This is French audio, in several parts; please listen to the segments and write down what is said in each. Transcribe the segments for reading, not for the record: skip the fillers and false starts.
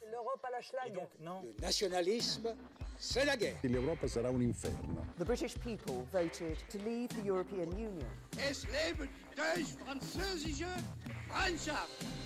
L'Europe à la schlag. Donc, non. Le nationalisme, c'est la guerre. L'Europa sarà un inferno. The British people voted to leave the European Union. Es lebe deutsch-französische Freundschaft.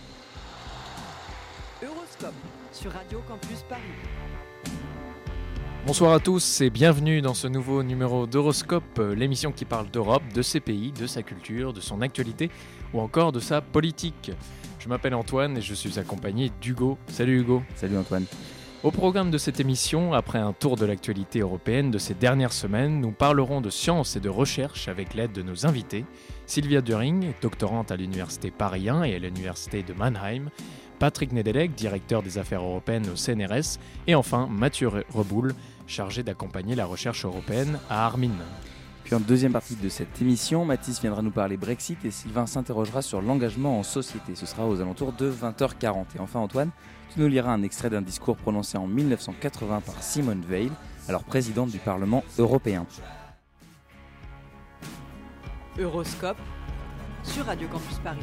Euroscope sur Radio Campus Paris. Bonsoir à tous et bienvenue dans ce nouveau numéro d'Euroscope, l'émission qui parle d'Europe, de ses pays, de sa culture, de son actualité ou encore de sa politique. Je m'appelle Antoine et je suis accompagné d'Hugo. Salut Hugo. Salut Antoine. Au programme de cette émission, après un tour de l'actualité européenne de ces dernières semaines, nous parlerons de science et de recherche avec l'aide de nos invités. Sylvia Döring, doctorante à l'Université Paris 1 et à l'Université de Mannheim. Patrick Nedelec, directeur des affaires européennes au CNRS. Et enfin, Mathieu Reboul, chargé d'accompagner la recherche européenne à Armin. Puis en deuxième partie de cette émission, Mathis viendra nous parler Brexit et Sylvain s'interrogera sur l'engagement en société. Ce sera aux alentours de 20h40. Et enfin Antoine, tu nous liras un extrait d'un discours prononcé en 1980 par Simone Veil, alors présidente du Parlement européen. Euroscope sur Radio Campus Paris.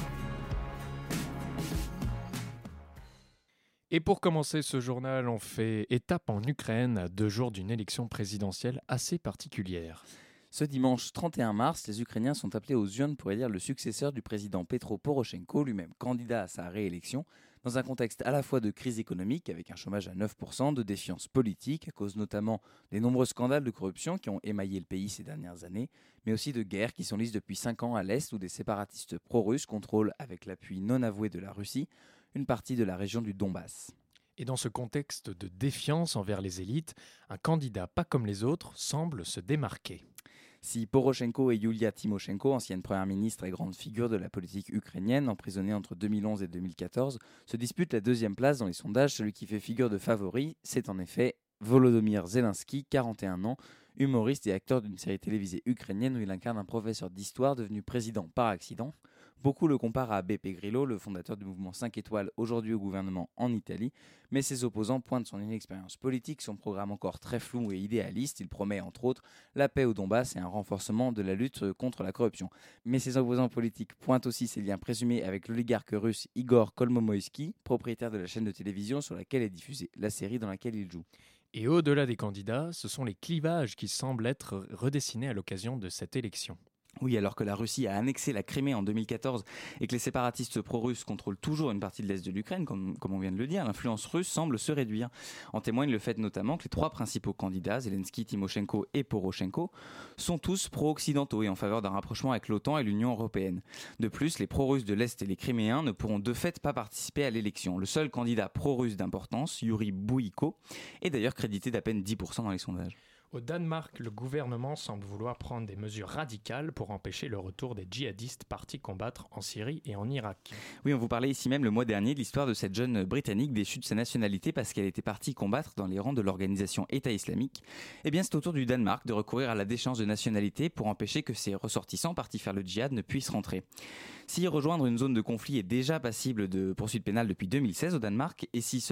Et pour commencer ce journal, on fait étape en Ukraine à 2 jours d'une élection présidentielle assez particulière. Ce dimanche 31 mars, les Ukrainiens sont appelés aux urnes pour élire le successeur du président Petro Poroshenko, lui-même candidat à sa réélection, dans un contexte à la fois de crise économique, avec un chômage à 9%, de défiance politique, à cause notamment des nombreux scandales de corruption qui ont émaillé le pays ces dernières années, mais aussi de guerres qui s'enlisent depuis 5 ans à l'Est, où des séparatistes pro-russes contrôlent, avec l'appui non avoué de la Russie, une partie de la région du Donbass. Et dans ce contexte de défiance envers les élites, un candidat pas comme les autres semble se démarquer. Si Poroshenko et Yulia Tymoshenko, ancienne première ministre et grande figure de la politique ukrainienne, emprisonnée entre 2011 et 2014, se disputent la deuxième place dans les sondages, celui qui fait figure de favori, c'est en effet Volodymyr Zelensky, 41 ans, humoriste et acteur d'une série télévisée ukrainienne où il incarne un professeur d'histoire devenu président par accident. Beaucoup le comparent à Beppe Grillo, le fondateur du mouvement 5 étoiles, aujourd'hui au gouvernement en Italie, mais ses opposants pointent son inexpérience politique, son programme encore très flou et idéaliste. Il promet entre autres la paix au Donbass et un renforcement de la lutte contre la corruption. Mais ses opposants politiques pointent aussi ses liens présumés avec l'oligarque russe Igor Kolomoïski, propriétaire de la chaîne de télévision sur laquelle est diffusée la série dans laquelle il joue. Et au-delà des candidats, ce sont les clivages qui semblent être redessinés à l'occasion de cette élection. Oui, alors que la Russie a annexé la Crimée en 2014 et que les séparatistes pro-russes contrôlent toujours une partie de l'Est de l'Ukraine, comme on vient de le dire, l'influence russe semble se réduire. En témoigne le fait notamment que les 3 principaux candidats, Zelensky, Tymoshenko et Poroshenko, sont tous pro-occidentaux et en faveur d'un rapprochement avec l'OTAN et l'Union européenne. De plus, les pro-russes de l'Est et les Criméens ne pourront de fait pas participer à l'élection. Le seul candidat pro-russe d'importance, Yuri Bouyko, est d'ailleurs crédité d'à peine 10% dans les sondages. Au Danemark, le gouvernement semble vouloir prendre des mesures radicales pour empêcher le retour des djihadistes partis combattre en Syrie et en Irak. Oui, on vous parlait ici même le mois dernier de l'histoire de cette jeune Britannique déchue de sa nationalité parce qu'elle était partie combattre dans les rangs de l'organisation État islamique. Eh bien, c'est au tour du Danemark de recourir à la déchéance de nationalité pour empêcher que ses ressortissants partis faire le djihad ne puissent rentrer. Si rejoindre une zone de conflit est déjà passible de poursuites pénales depuis 2016 au Danemark, et si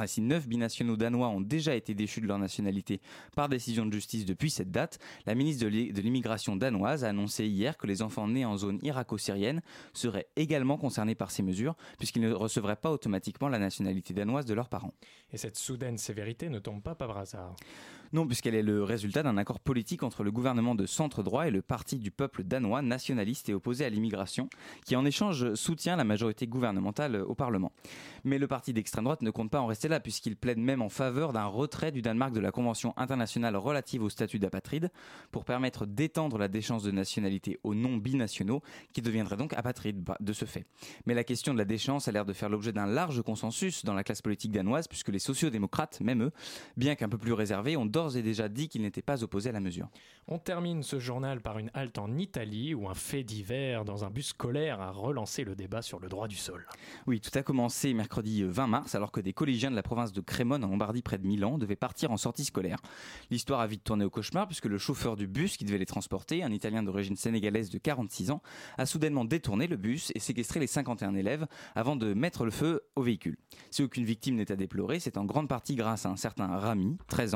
9 binationaux danois ont déjà été déchus de leur nationalité par décision de justice depuis cette date, la ministre de l'immigration danoise a annoncé hier que les enfants nés en zone irako-syrienne seraient également concernés par ces mesures, puisqu'ils ne recevraient pas automatiquement la nationalité danoise de leurs parents. Et cette soudaine sévérité ne tombe pas par hasard. Non, puisqu'elle est le résultat d'un accord politique entre le gouvernement de centre-droit et le parti du peuple danois nationaliste et opposé à l'immigration, qui en échange soutient la majorité gouvernementale au Parlement. Mais le parti d'extrême droite ne compte pas en rester là, puisqu'il plaide même en faveur d'un retrait du Danemark de la Convention internationale relative au statut d'apatride, pour permettre d'étendre la déchéance de nationalité aux non-binationaux, qui deviendraient donc apatrides de ce fait. Mais la question de la déchéance a l'air de faire l'objet d'un large consensus dans la classe politique danoise, puisque les sociodémocrates, même eux, bien qu'un peu plus réservés, ont d'ores et déjà dit qu'ils n'étaient pas opposés à la mesure. On termine ce journal par une halte en Italie, où un fait divers dans un bus scolaire a relancé le débat sur le droit du sol. Oui, tout a commencé mercredi 20 mars, alors que des collégiens de la province de Crémone, en Lombardie, près de Milan, devaient partir en sortie scolaire. L'histoire a vite tourné au cauchemar, puisque le chauffeur du bus qui devait les transporter, un Italien d'origine sénégalaise de 46 ans, a soudainement détourné le bus et séquestré les 51 élèves avant de mettre le feu au véhicule. Si aucune victime n'est à déplorer, c'est en grande partie grâce à un certain Rami, 13 ans,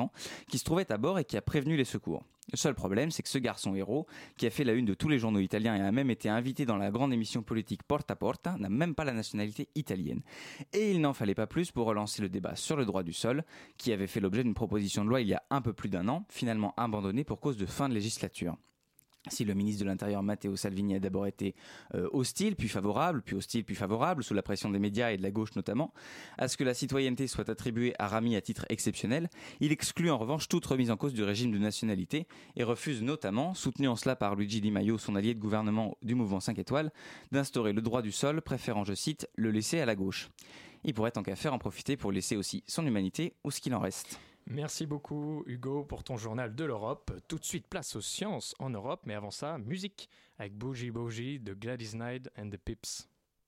qui se trouvait à bord et qui a prévenu les secours. Le seul problème, c'est que ce garçon héros, qui a fait la une de tous les journaux italiens et a même été invité dans la grande émission politique Porta Porta, n'a même pas la nationalité italienne. Et il n'en fallait pas plus pour relancer le débat sur le droit du sol, qui avait fait l'objet d'une proposition de loi il y a un peu plus d'un an, finalement abandonnée pour cause de fin de législature. Si le ministre de l'Intérieur Matteo Salvini a d'abord été hostile, puis favorable, puis hostile, puis favorable, sous la pression des médias et de la gauche notamment, à ce que la citoyenneté soit attribuée à Rami à titre exceptionnel, il exclut en revanche toute remise en cause du régime de nationalité et refuse notamment, soutenu en cela par Luigi Di Maio, son allié de gouvernement du mouvement 5 étoiles, d'instaurer le droit du sol, préférant, je cite, le laisser à la gauche. Il pourrait tant qu'à faire en profiter pour laisser aussi son humanité ou ce qu'il en reste. Merci beaucoup Hugo pour ton journal de l'Europe. Tout de suite place aux sciences en Europe, mais avant ça, musique avec Bougie Bougie de Gladys Knight and the Pips.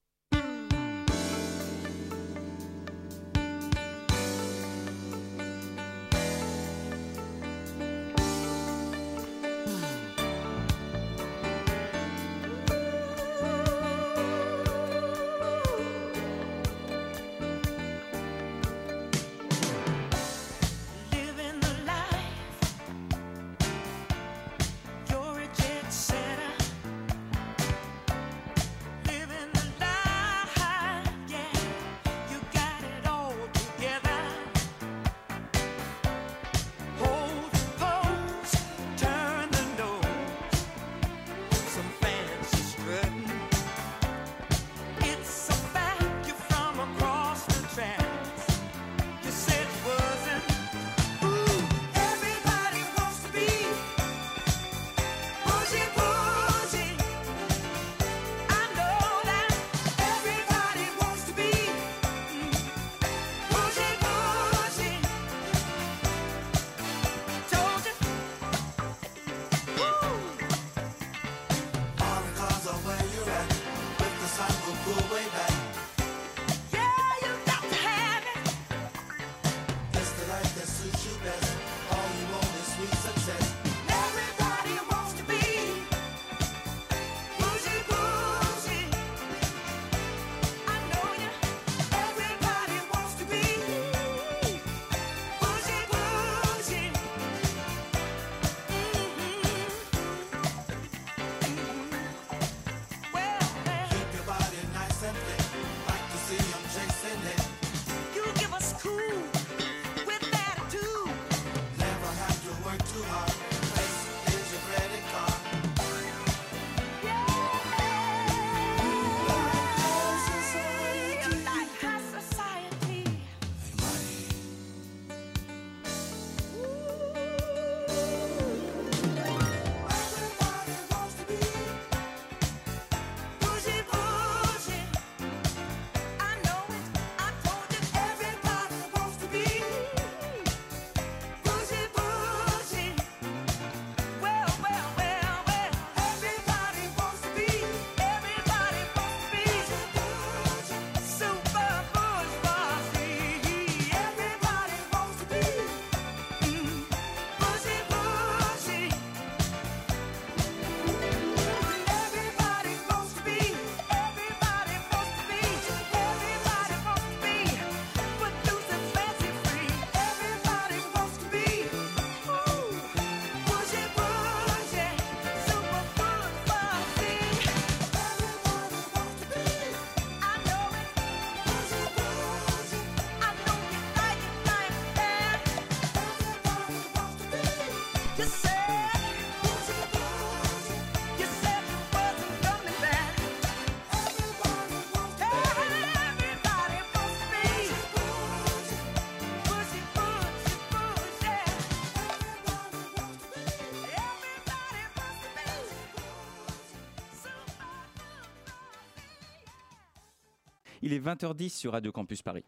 Il est 20h10 sur Radio Campus Paris.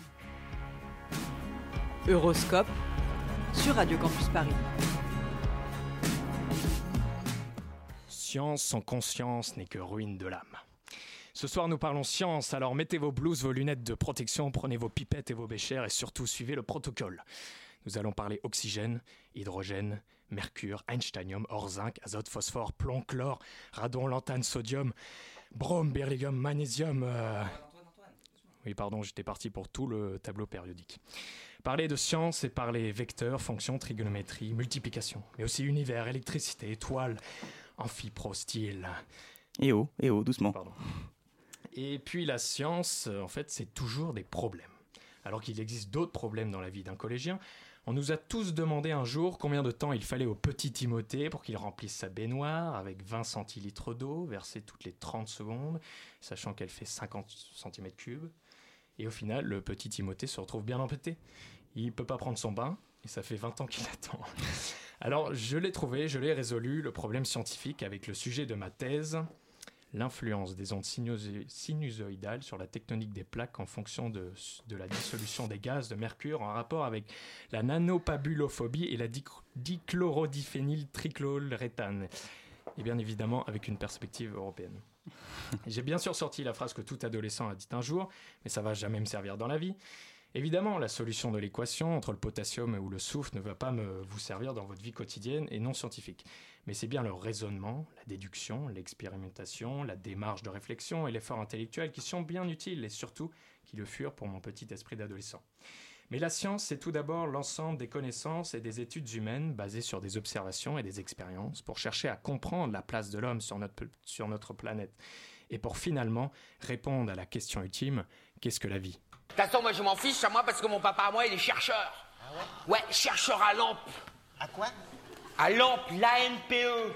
Euroscope sur Radio Campus Paris. Science sans conscience n'est que ruine de l'âme. Ce soir, nous parlons science, alors mettez vos blouses, vos lunettes de protection, prenez vos pipettes et vos béchères et surtout suivez le protocole. Nous allons parler oxygène, hydrogène, mercure, einsteinium, or, zinc, azote, phosphore, plomb, chlore, radon, lantane, sodium, brome, beryllium, magnésium... Oui, pardon, j'étais parti pour tout le tableau périodique. Parler de science, c'est parler vecteurs, fonctions, trigonométrie, multiplication, mais aussi univers, électricité, étoiles, amphiprostyle. Eh oh, doucement. Pardon. Et puis la science, en fait, c'est toujours des problèmes. Alors qu'il existe d'autres problèmes dans la vie d'un collégien, on nous a tous demandé un jour combien de temps il fallait au petit Timothée pour qu'il remplisse sa baignoire avec 20 centilitres d'eau versée toutes les 30 secondes, sachant qu'elle fait 50 cm3. Et au final, le petit Timothée se retrouve bien embêté. Il ne peut pas prendre son bain, et ça fait 20 ans qu'il attend. Alors, je l'ai résolu, le problème scientifique avec le sujet de ma thèse, l'influence des ondes sinusoïdales sur la tectonique des plaques en fonction de la dissolution des gaz de mercure en rapport avec la nanopabulophobie et la dichlorodiphényltrichlorréthane. Et bien évidemment avec une perspective européenne. J'ai bien sûr sorti la phrase que tout adolescent a dit un jour, mais ça va jamais me servir dans la vie. Évidemment, la solution de l'équation entre le potassium ou le soufre ne va pas vous servir dans votre vie quotidienne et non scientifique. Mais c'est bien le raisonnement, la déduction, l'expérimentation, la démarche de réflexion et l'effort intellectuel qui sont bien utiles et surtout qui le furent pour mon petit esprit d'adolescent. Mais la science, c'est tout d'abord l'ensemble des connaissances et des études humaines basées sur des observations et des expériences pour chercher à comprendre la place de l'homme sur notre planète et pour finalement répondre à la question ultime, qu'est-ce que la vie ? De toute façon, moi je m'en fiche à moi parce que mon papa à moi il est chercheur. Ah ouais ? Ouais, chercheur à lampe. À quoi ? À lampe, l'ANPE. Ouais.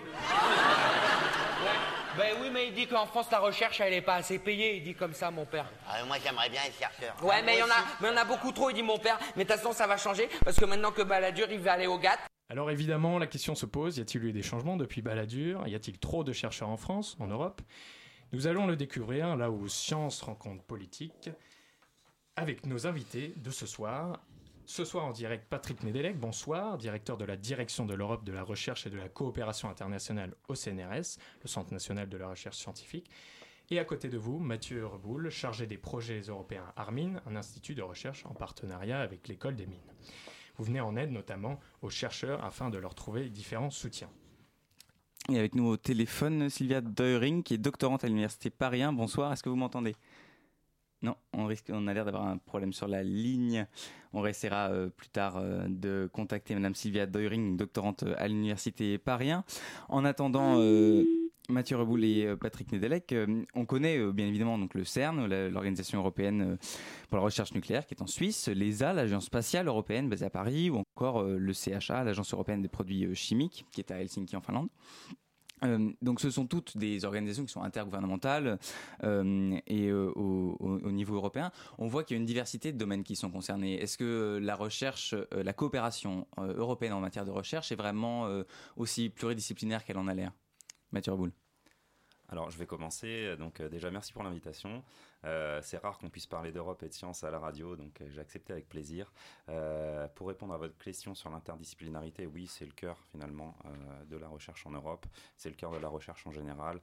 Ben oui, mais il dit qu'en France la recherche elle est pas assez payée, il dit comme ça mon père. Ah, moi j'aimerais bien être chercheur. Ouais, mais il y en a beaucoup trop, il dit mon père. Mais de toute façon ça va changer parce que maintenant que Balladur il va aller au GATT. Alors évidemment, la question se pose, y a-t-il eu des changements depuis Balladur ? Y a-t-il trop de chercheurs en France, en Europe ? Nous allons le découvrir là où science rencontre politique avec nos invités de ce soir. Ce soir en direct, Patrick Nedelec, bonsoir, directeur de la Direction de l'Europe de la Recherche et de la Coopération Internationale au CNRS, le Centre National de la Recherche Scientifique. Et à côté de vous, Mathieu Reboul, chargé des projets européens à Armin, un institut de recherche en partenariat avec l'École des Mines. Vous venez en aide notamment aux chercheurs afin de leur trouver différents soutiens. Et avec nous au téléphone, Sylvia Deuring, qui est doctorante à l'Université Paris 1. Bonsoir, est-ce que vous m'entendez ? Non, on a l'air d'avoir un problème sur la ligne. On essaiera plus tard de contacter Madame Sylvia Deuring, doctorante à l'Université Paris 1. En attendant, Mathieu Reboul et Patrick Nedelec, on connaît bien évidemment donc, le CERN, l'Organisation européenne pour la recherche nucléaire, qui est en Suisse, l'ESA, l'Agence spatiale européenne basée à Paris, ou encore le CHA, l'Agence européenne des produits chimiques, qui est à Helsinki en Finlande. Donc ce sont toutes des organisations qui sont intergouvernementales et au niveau européen. On voit qu'il y a une diversité de domaines qui sont concernés. Est-ce que la recherche, la coopération européenne en matière de recherche est vraiment aussi pluridisciplinaire qu'elle en a l'air ? Mathieu Reboul. Alors je vais commencer, donc déjà merci pour l'invitation. C'est rare qu'on puisse parler d'Europe et de science à la radio, donc j'ai accepté avec plaisir. Pour répondre à votre question sur l'interdisciplinarité, oui, c'est le cœur finalement de la recherche en Europe, c'est le cœur de la recherche en général.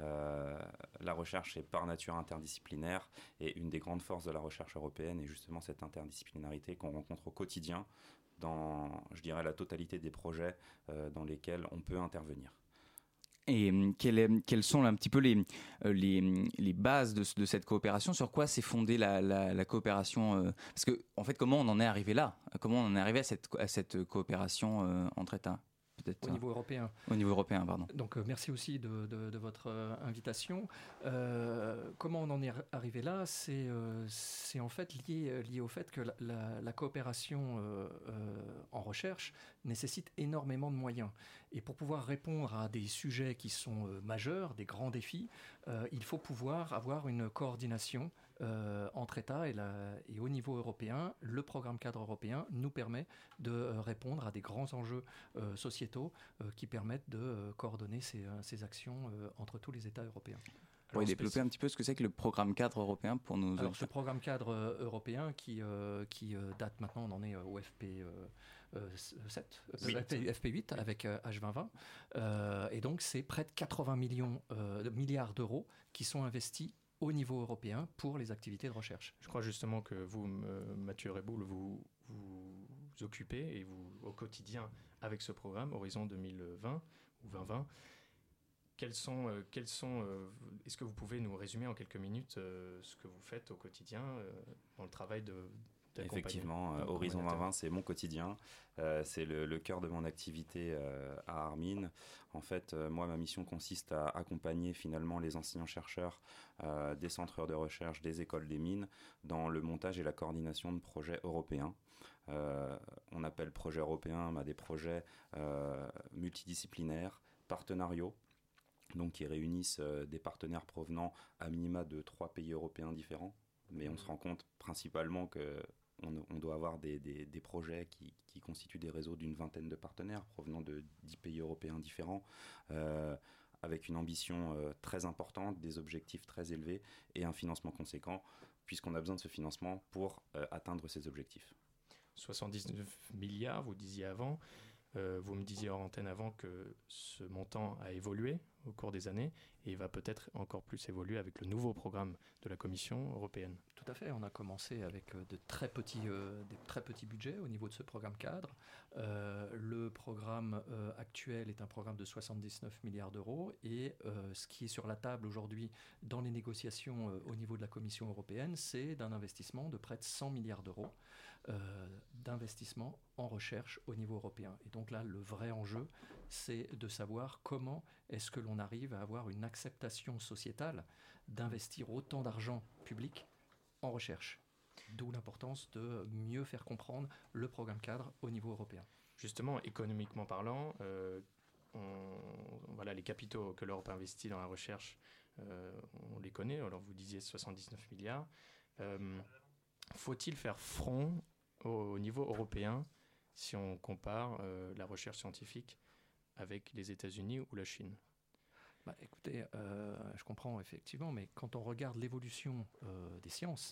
La recherche est par nature interdisciplinaire et une des grandes forces de la recherche européenne est justement cette interdisciplinarité qu'on rencontre au quotidien dans, je dirais, la totalité des projets dans lesquels on peut intervenir. Et quelles sont un petit peu les bases de cette coopération ? Sur quoi s'est fondée la coopération parce que, en fait, comment on en est arrivé là ? Comment on en est arrivé à cette coopération entre États ? Au niveau européen. Au niveau européen, pardon. Donc merci aussi de votre invitation. Comment on en est arrivé là ? C'est en fait lié au fait que la coopération en recherche nécessite énormément de moyens. Et pour pouvoir répondre à des sujets qui sont majeurs, des grands défis, il faut pouvoir avoir une coordination entre États et au niveau européen. Le programme cadre européen nous permet de répondre à des grands enjeux sociétaux qui permettent de coordonner ces actions entre tous les États européens. Vous pouvez développer un petit peu ce que c'est que le programme cadre européen pour nous... Alors, ce programme cadre européen qui date maintenant, on en est au FP8 avec H2020. Et donc, c'est près de 80 milliards d'euros qui sont investis au niveau européen pour les activités de recherche. Je crois justement que vous, Mathieu Reboul, vous occupez et vous, au quotidien avec ce programme Horizon 2020 ou 2020. est-ce que vous pouvez nous résumer en quelques minutes ce que vous faites au quotidien dans le travail d'accompagnement? Effectivement, Horizon 2020, c'est mon quotidien. C'est le cœur de mon activité à Armin. En fait, moi, ma mission consiste à accompagner finalement les enseignants-chercheurs des centres de recherche, des écoles des mines, dans le montage et la coordination de projets européens. On appelle projets européens des projets multidisciplinaires, partenariaux, donc qui réunissent des partenaires provenant à minima de 3 pays européens différents. Mais on se rend compte principalement qu'on doit avoir des projets qui constituent des réseaux d'une vingtaine de partenaires provenant de 10 pays européens différents, avec une ambition très importante, des objectifs très élevés et un financement conséquent, puisqu'on a besoin de ce financement pour atteindre ces objectifs. 79 milliards, vous disiez avant. Vous me disiez hors antenne avant que ce montant a évolué au cours des années et il va peut-être encore plus évoluer avec le nouveau programme de la Commission européenne. Tout à fait, on a commencé avec des très petits budgets au niveau de ce programme cadre. Le programme actuel est un programme de 79 milliards d'euros et ce qui est sur la table aujourd'hui dans les négociations au niveau de la Commission européenne, c'est d'un investissement de près de 100 milliards d'euros d'investissement en recherche au niveau européen. Et donc là, le vrai enjeu, c'est de savoir comment est-ce que l'on arrive à avoir une acceptation sociétale d'investir autant d'argent public en recherche. D'où l'importance de mieux faire comprendre le programme cadre au niveau européen. Justement, économiquement parlant, les capitaux que l'Europe investit dans la recherche, on les connaît. Alors vous disiez 79 milliards. Faut-il faire front au niveau européen si on compare la recherche scientifique avec les États-Unis ou la Chine? Écoutez, je comprends effectivement, mais quand on regarde l'évolution des sciences,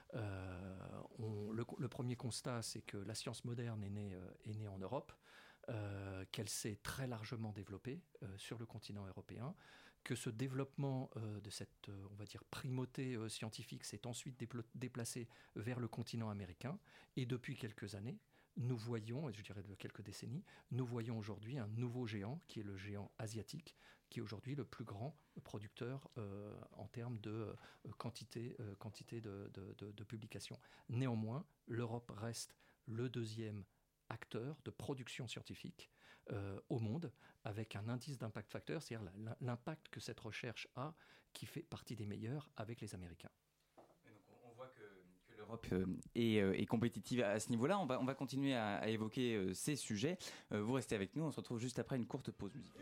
le premier constat, c'est que la science moderne est née en Europe, qu'elle s'est très largement développée sur le continent européen, que ce développement de cette, on va dire, primauté scientifique s'est ensuite déplacé vers le continent américain, et depuis quelques années, nous voyons, et je dirais de quelques décennies, nous voyons aujourd'hui un nouveau géant qui est le géant asiatique, qui est aujourd'hui le plus grand producteur en termes de quantité de publications. Néanmoins, l'Europe reste le deuxième acteur de production scientifique au monde, avec un indice d'impact facteur, c'est-à-dire l'impact que cette recherche a, qui fait partie des meilleurs avec les Américains. On voit que l'Europe est compétitive à ce niveau-là. On va continuer à évoquer ces sujets. Vous restez avec nous, on se retrouve juste après une courte pause musicale.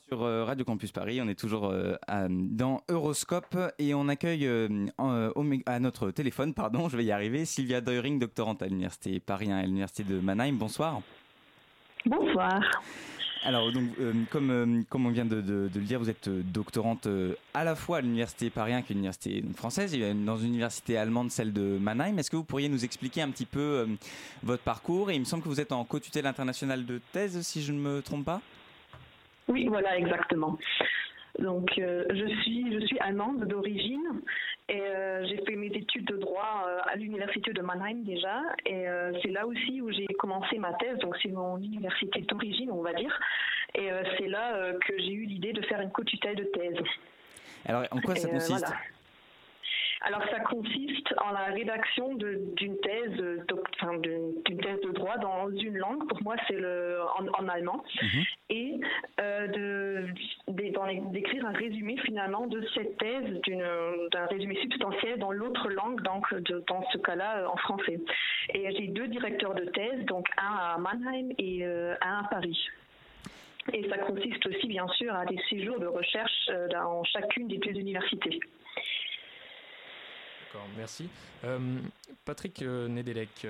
Sur Radio Campus Paris, on est toujours dans Euroscope et on accueille à notre téléphone, je vais y arriver, Sylvia Deuring, doctorante à l'Université Paris 1 et à l'Université de Mannheim. Bonsoir. Bonsoir. Alors, donc, comme on vient de le dire, vous êtes doctorante à la fois à l'Université Paris 1 qui est une université française et dans une université allemande, celle de Mannheim. Est-ce que vous pourriez nous expliquer un petit peu votre parcours? Et il me semble que vous êtes en co-tutelle internationale de thèse, si je ne me trompe pas. Oui, voilà, exactement. Donc, je suis allemande d'origine et j'ai fait mes études de droit à l'université de Mannheim déjà. Et c'est là aussi où j'ai commencé ma thèse. Donc, c'est mon université d'origine, on va dire. Et c'est là que j'ai eu l'idée de faire une co-tutelle de thèse. Alors, en quoi ça consiste? Voilà. Alors, ça consiste en la rédaction d'une thèse de droit dans une langue. Pour moi, c'est en allemand. Et d'écrire un résumé finalement de cette thèse, d'un résumé substantiel dans l'autre langue, donc dans ce cas-là en français. Et j'ai 2 directeurs de thèse, donc un à Mannheim et un à Paris. Et ça consiste aussi bien sûr à des séjours de recherche dans chacune des 2 universités. D'accord, merci. Patrick Nedelec,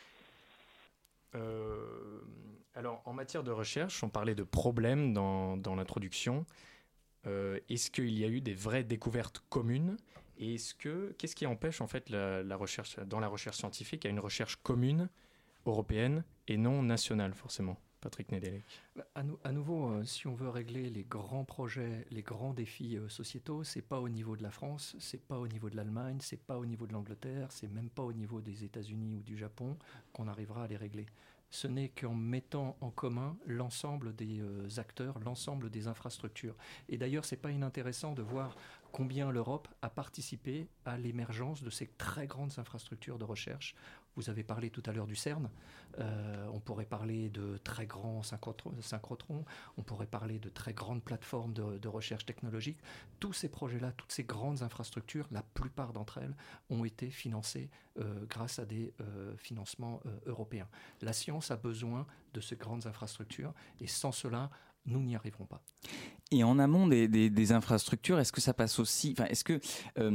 alors en matière de recherche, on parlait de problèmes dans l'introduction. Est-ce qu'il y a eu des vraies découvertes communes? Et qu'est-ce qui empêche en fait la recherche, dans la recherche scientifique, à une recherche commune, européenne et non nationale forcément? Patrick Nedelec. À nouveau, si on veut régler les grands projets, les grands défis sociétaux, c'est pas au niveau de la France, c'est pas au niveau de l'Allemagne, c'est pas au niveau de l'Angleterre, c'est même pas au niveau des États-Unis ou du Japon qu'on arrivera à les régler. Ce n'est qu'en mettant en commun l'ensemble des acteurs, l'ensemble des infrastructures. Et d'ailleurs, c'est pas inintéressant de voir combien l'Europe a participé à l'émergence de ces très grandes infrastructures de recherche. Vous avez parlé tout à l'heure du CERN, on pourrait parler de très grands synchrotrons, on pourrait parler de très grandes plateformes de recherche technologique. Tous ces projets-là, toutes ces grandes infrastructures, la plupart d'entre elles ont été financées grâce à des financements européens. La science a besoin de ces grandes infrastructures et sans cela, nous n'y arriverons pas. Et en amont des infrastructures, est-ce que ça passe aussi, est-ce que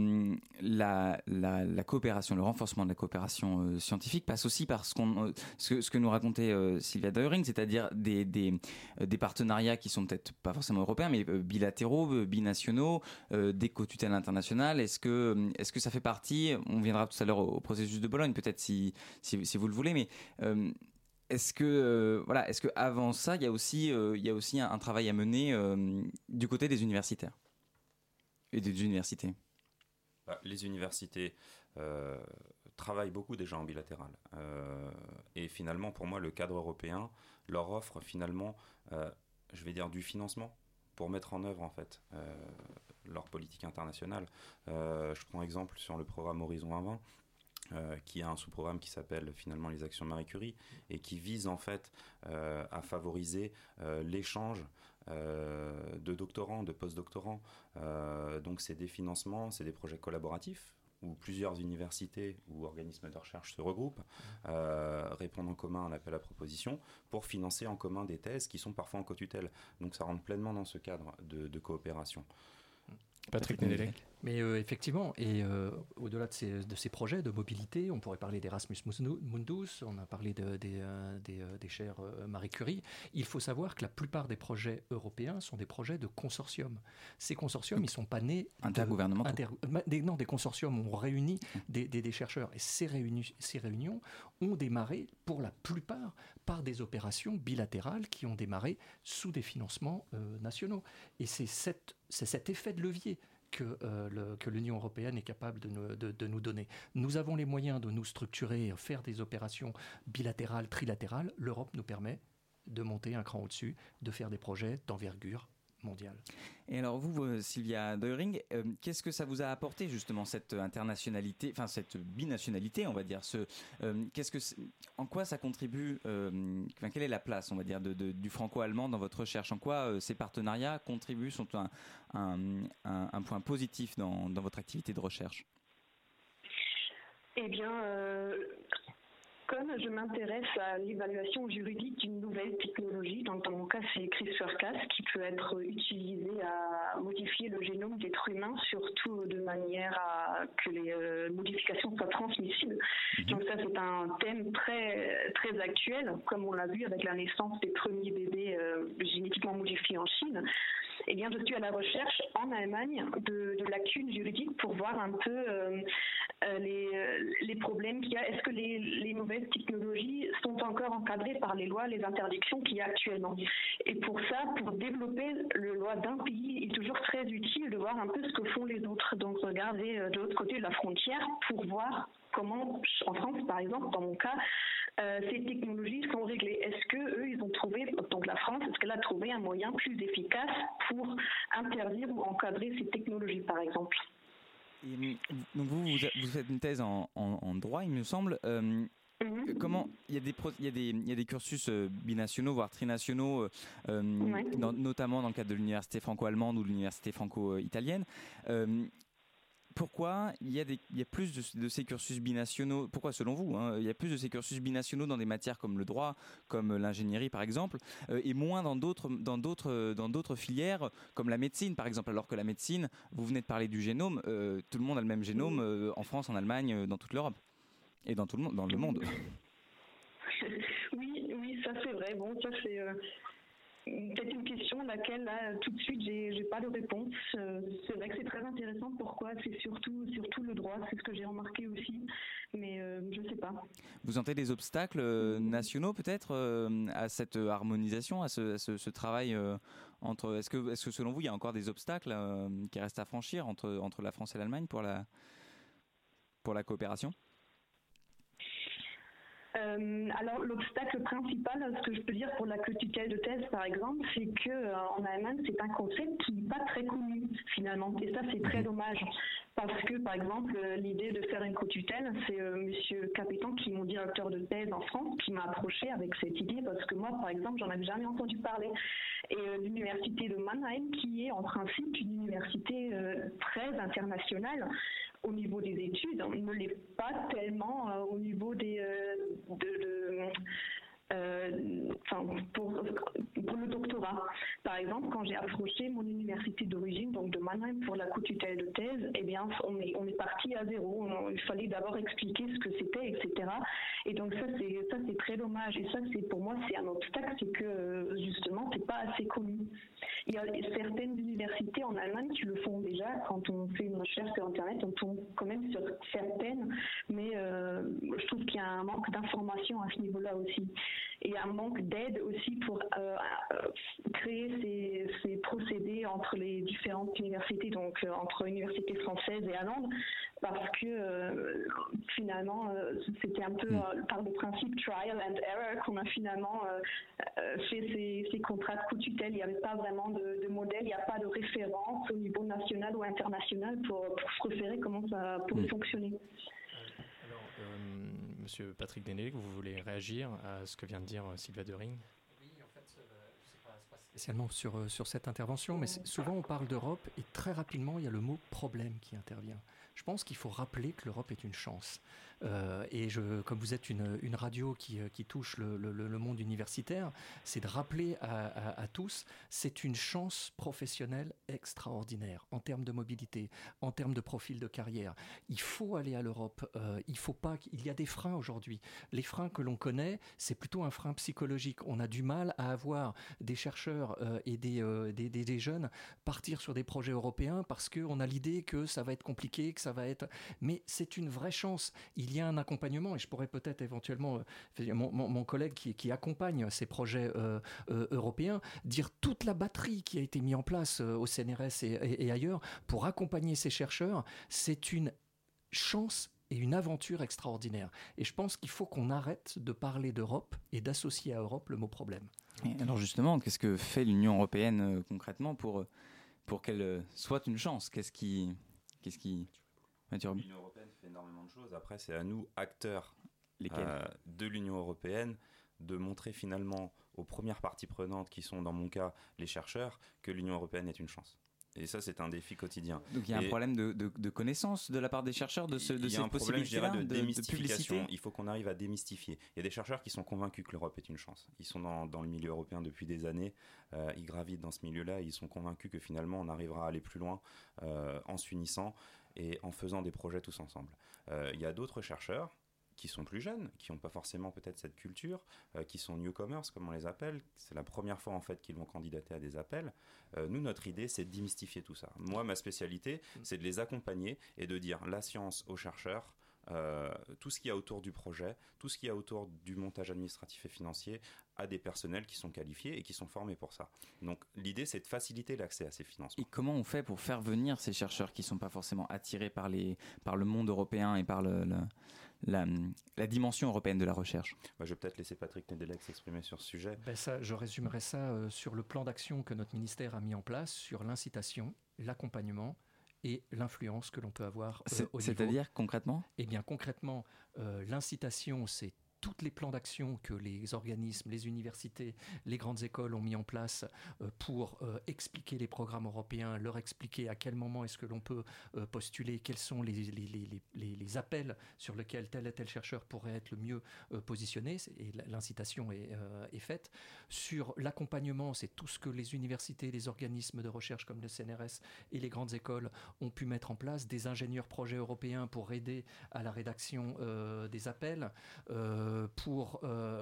la coopération, le renforcement de la coopération scientifique passe aussi par ce que nous racontait Sylvia Deuring, c'est-à-dire des partenariats qui sont peut-être pas forcément européens, mais bilatéraux, binationaux, des co-tutelles internationales. Est-ce que ça fait partie? On viendra tout à l'heure au processus de Bologne, peut-être si vous le voulez, mais est-ce que avant ça, il y a aussi un travail à mener du côté des universitaires et des universités? Les universités travaillent beaucoup déjà en bilatéral. Et finalement, pour moi, le cadre européen leur offre finalement, je vais dire, du financement pour mettre en œuvre en fait leur politique internationale. Je prends exemple sur le programme Horizon 2020. Qui a un sous-programme qui s'appelle finalement les actions Marie Curie et qui vise en fait à favoriser l'échange de doctorants, de post-doctorants. Donc c'est des financements, c'est des projets collaboratifs où plusieurs universités ou organismes de recherche se regroupent, répondent en commun à un appel à proposition pour financer en commun des thèses qui sont parfois en co-tutelle. Donc ça rentre pleinement dans ce cadre de coopération. Patrick Nedelec. Mais effectivement, et au-delà de ces projets de mobilité, on pourrait parler d'Erasmus Mundus, on a parlé des chaires Marie Curie. Il faut savoir que la plupart des projets européens sont des projets de consortium. Ces consortiums, ils ne sont pas nés intergouvernementaux. Des consortiums ont réuni des chercheurs. Et ces réunions ont démarré, pour la plupart, par des opérations bilatérales qui ont démarré sous des financements nationaux. Et c'est cet effet de levier que l'Union européenne est capable de nous donner. Nous avons les moyens de nous structurer, faire des opérations bilatérales, trilatérales. L'Europe nous permet de monter un cran au-dessus, de faire des projets d'envergure mondiale. Et alors vous, Sylvia Deuring, qu'est-ce que ça vous a apporté justement cette internationalité, cette binationalité, on va dire, en quoi ça contribue, quelle est la place, on va dire, du franco-allemand dans votre recherche? En quoi ces partenariats contribuent, sont un point positif dans votre activité de recherche? Eh bien, comme je m'intéresse à l'évaluation juridique d'une nouvelle technologie. Donc, dans mon cas, c'est CRISPR-Cas qui peut être utilisé à modifier le génome d'êtres humains, surtout de manière à que les modifications soient transmissibles. Donc ça, c'est un thème très, très actuel, comme on l'a vu avec la naissance des premiers bébés génétiquement modifiés en Chine. Eh bien, je suis à la recherche en Allemagne de lacunes juridiques pour voir un peu les problèmes qu'il y a. Est-ce que les nouvelles technologies sont encore encadrées par les lois, les interdictions qu'il y a actuellement? Et pour ça, pour développer le loi d'un pays, il est toujours très utile de voir un peu ce que font les autres. Donc, regarder de l'autre côté de la frontière pour voir comment, en France par exemple, dans mon cas, ces technologies sont réglées. Est-ce que eux, ils ont trouvé, donc la France, est-ce qu'elle a trouvé un moyen plus efficace pour interdire ou encadrer ces technologies, par exemple? Et donc vous faites une thèse en droit, il me semble. Comment il y a des cursus binationaux, voire trinationaux, notamment dans le cadre de l'université franco-allemande ou de l'université franco-italienne. Pourquoi il y a plus de ces cursus binationaux? Pourquoi, selon vous, il y a plus de ces cursus binationaux dans des matières comme le droit, comme l'ingénierie, par exemple, et moins dans d'autres filières, comme la médecine, par exemple? Alors que la médecine, vous venez de parler du génome, tout le monde a le même génome en France, en Allemagne, dans toute l'Europe et dans le monde. Oui, ça c'est vrai. Bon, ça c'est peut-être une question à laquelle, là, tout de suite, j'ai pas de réponse. C'est vrai que c'est très intéressant. Pourquoi? C'est surtout le droit, c'est ce que j'ai remarqué aussi, mais je sais pas. Vous sentez des obstacles nationaux, peut-être, à cette harmonisation, à ce travail entre... Est-ce que selon vous, il y a encore des obstacles qui restent à franchir entre la France et l'Allemagne pour la coopération? Alors l'obstacle principal, ce que je peux dire pour la co-tutelle de thèse par exemple, c'est que en Allemagne c'est un concept qui n'est pas très connu finalement, et ça c'est très dommage parce que par exemple l'idée de faire une co-tutelle, c'est Monsieur Capétan, qui est mon directeur de thèse en France, qui m'a approché avec cette idée parce que moi par exemple j'en avais jamais entendu parler, et l'université de Mannheim, qui est en principe une université très internationale au niveau des études, ne l'est pas tellement au niveau des pour le doctorat. Par exemple, quand j'ai approché mon université d'origine, donc de Mannheim, pour la co-tutelle de thèse, eh bien, on est parti à zéro. Il fallait d'abord expliquer ce que c'était, etc. Et donc ça c'est très dommage. Et ça, pour moi, c'est un obstacle, c'est que justement, c'est pas assez connu. Il y a certaines universités en Allemagne qui le font déjà. Quand on fait une recherche sur Internet, on tombe quand même sur certaines, mais je trouve qu'il y a un manque d'information à ce niveau-là aussi. Et un manque d'aide aussi pour créer ces procédés entre les différentes universités, donc entre universités françaises et allemandes, parce que finalement c'était un peu par le principe trial and error qu'on a finalement fait ces contrats de co-tutelle. Il n'y avait pas vraiment de modèle, il n'y a pas de référence au niveau national ou international pour se référer comment ça pourrait fonctionner. Monsieur Patrick Dénélé, vous voulez réagir à ce que vient de dire Sylvia Döring? Oui, en fait, c'est pas spécialement sur cette intervention, mais souvent on parle d'Europe et très rapidement il y a le mot problème qui intervient. Je pense qu'il faut rappeler que l'Europe est une chance. Et comme vous êtes une radio qui touche le monde universitaire, c'est de rappeler à tous, c'est une chance professionnelle extraordinaire en termes de mobilité, en termes de profil de carrière. Il faut aller à l'Europe. Il y a des freins aujourd'hui. Les freins que l'on connaît, c'est plutôt un frein psychologique. On a du mal à avoir des chercheurs et des jeunes partir sur des projets européens parce qu'on a l'idée que ça va être compliqué, que ça va être... Mais c'est une vraie chance. Il y a un accompagnement, et je pourrais peut-être éventuellement, mon collègue qui accompagne ces projets européens, dire toute la batterie qui a été mise en place au CNRS et ailleurs pour accompagner ces chercheurs. C'est une chance et une aventure extraordinaire. Et je pense qu'il faut qu'on arrête de parler d'Europe et d'associer à Europe le mot problème. Et alors justement, qu'est-ce que fait l'Union européenne concrètement pour qu'elle soit une chance? Qu'est-ce qui... L'Union européenne fait énormément de choses. Après, c'est à nous, acteurs de l'Union européenne, de montrer finalement aux premières parties prenantes, qui sont dans mon cas les chercheurs, que l'Union européenne est une chance. Et ça, c'est un défi quotidien. Donc il y a un problème de connaissance de la part des chercheurs de cette possibilité-là, il y a un problème, je dirais, de démystification. publicité. Il faut qu'on arrive à démystifier. Il y a des chercheurs qui sont convaincus que l'Europe est une chance. Ils sont dans le milieu européen depuis des années. Ils gravitent dans ce milieu-là. Ils sont convaincus que finalement, on arrivera à aller plus loin en s'unissant et en faisant des projets tous ensemble. Il y a d'autres chercheurs qui sont plus jeunes, qui n'ont pas forcément peut-être cette culture, qui sont newcomers, comme on les appelle. C'est la première fois en fait qu'ils vont candidater à des appels. Nous, notre idée, c'est de démystifier tout ça. Moi, ma spécialité, c'est de les accompagner et de dire la science aux chercheurs, tout ce qu'il y a autour du projet, tout ce qu'il y a autour du montage administratif et financier, à des personnels qui sont qualifiés et qui sont formés pour ça. Donc l'idée, c'est de faciliter l'accès à ces financements. Et comment on fait pour faire venir ces chercheurs qui ne sont pas forcément attirés par le monde européen et par la dimension européenne de la recherche? Je vais peut-être laisser Patrick Nedelec s'exprimer sur ce sujet. Je résumerai ça sur le plan d'action que notre ministère a mis en place, sur l'incitation, l'accompagnement et l'influence que l'on peut avoir au niveau. C'est-à-dire concrètement ? Eh bien concrètement, l'incitation, c'est tous les plans d'action que les organismes, les universités, les grandes écoles ont mis en place pour expliquer les programmes européens, leur expliquer à quel moment est-ce que l'on peut postuler, quels sont les appels sur lesquels tel et tel chercheur pourrait être le mieux positionné, et l'incitation est faite. Sur l'accompagnement, c'est tout ce que les universités, les organismes de recherche comme le CNRS et les grandes écoles ont pu mettre en place, des ingénieurs projets européens pour aider à la rédaction des appels, pour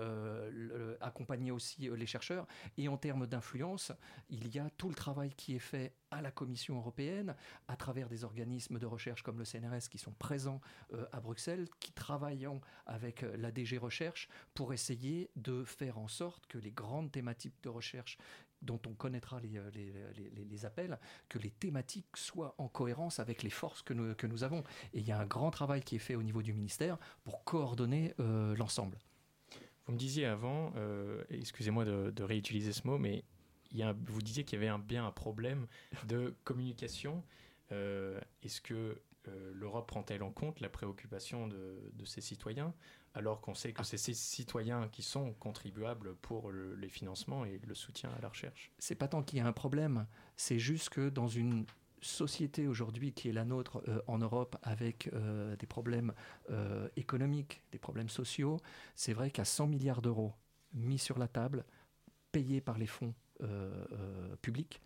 accompagner aussi les chercheurs. Et en termes d'influence, il y a tout le travail qui est fait à la Commission européenne, à travers des organismes de recherche comme le CNRS qui sont présents à Bruxelles, qui travaillent avec la DG Recherche pour essayer de faire en sorte que les grandes thématiques de recherche dont on connaîtra les appels, que les thématiques soient en cohérence avec les forces que nous avons. Et il y a un grand travail qui est fait au niveau du ministère pour coordonner l'ensemble. Vous me disiez avant, excusez-moi de réutiliser ce mot, mais vous disiez qu'il y avait bien un problème de communication. Est-ce que l'Europe prend-elle en compte la préoccupation de ses citoyens, alors qu'on sait que c'est ces citoyens qui sont contribuables pour les financements et le soutien à la recherche? C'est pas tant qu'il y a un problème, c'est juste que dans une société aujourd'hui qui est la nôtre en Europe, avec des problèmes économiques, des problèmes sociaux, c'est vrai qu'à 100 milliards d'euros mis sur la table, payés par les fonds publics,